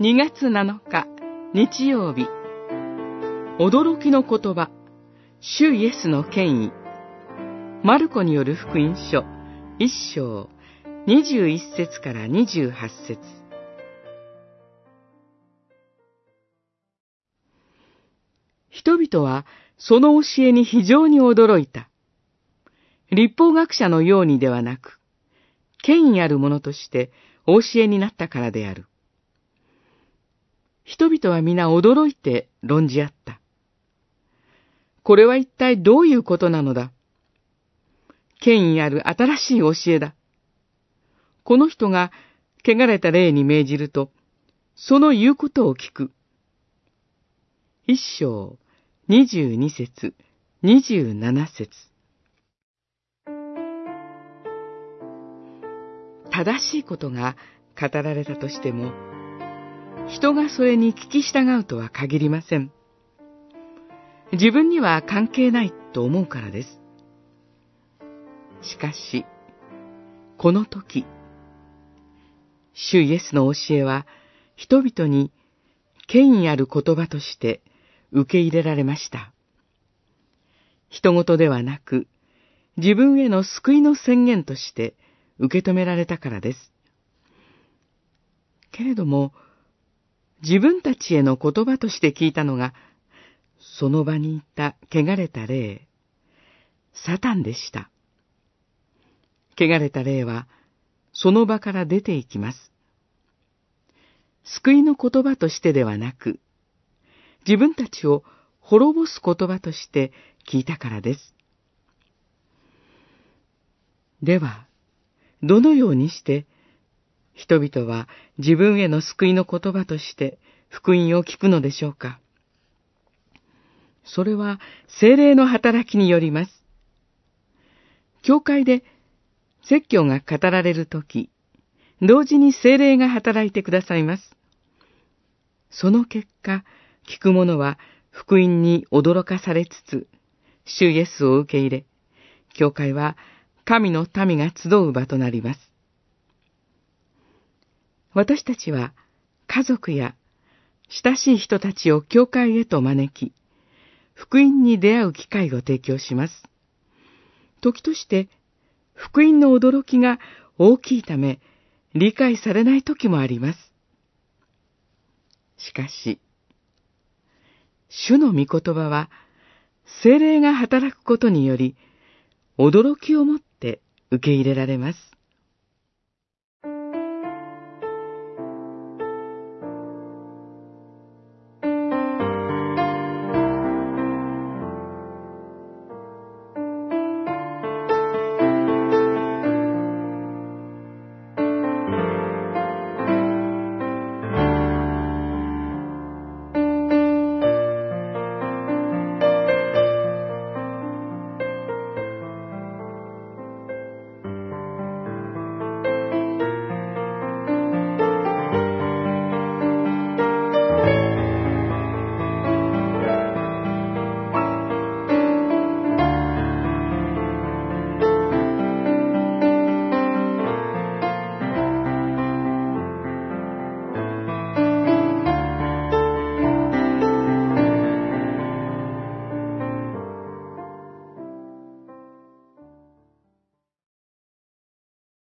2月7日日曜日、驚きの言葉、主イエスの権威。マルコによる福音書1章21節から28節。人々はその教えに非常に驚いた。律法学者のようにではなく、権威あるものとしてお教えになったからである。人々は皆驚いて論じ合った。これは一体どういうことなのだ。権威ある新しい教えだ。この人が汚れた霊に命じると、その言うことを聞く。1章22節27節。正しいことが語られたとしても、人がそれに聞き従うとは限りません。自分には関係ないと思うからです。しかし、この時、主イエスの教えは人々に権威ある言葉として受け入れられました。人事ではなく、自分への救いの宣言として受け止められたからです。けれども、自分たちへの言葉として聞いたのが、その場にいた汚れた霊、サタンでした。汚れた霊は、その場から出て行きます。救いの言葉としてではなく、自分たちを滅ぼす言葉として聞いたからです。では、どのようにして、人々は自分への救いの言葉として福音を聞くのでしょうか。それは聖霊の働きによります。教会で説教が語られるとき、同時に聖霊が働いてくださいます。その結果、聞く者は福音に驚かされつつ、主イエスを受け入れ、教会は神の民が集う場となります。私たちは家族や親しい人たちを教会へと招き、福音に出会う機会を提供します。時として福音の驚きが大きいため、理解されない時もあります。しかし、主の御言葉は、聖霊が働くことにより、驚きをもって受け入れられます。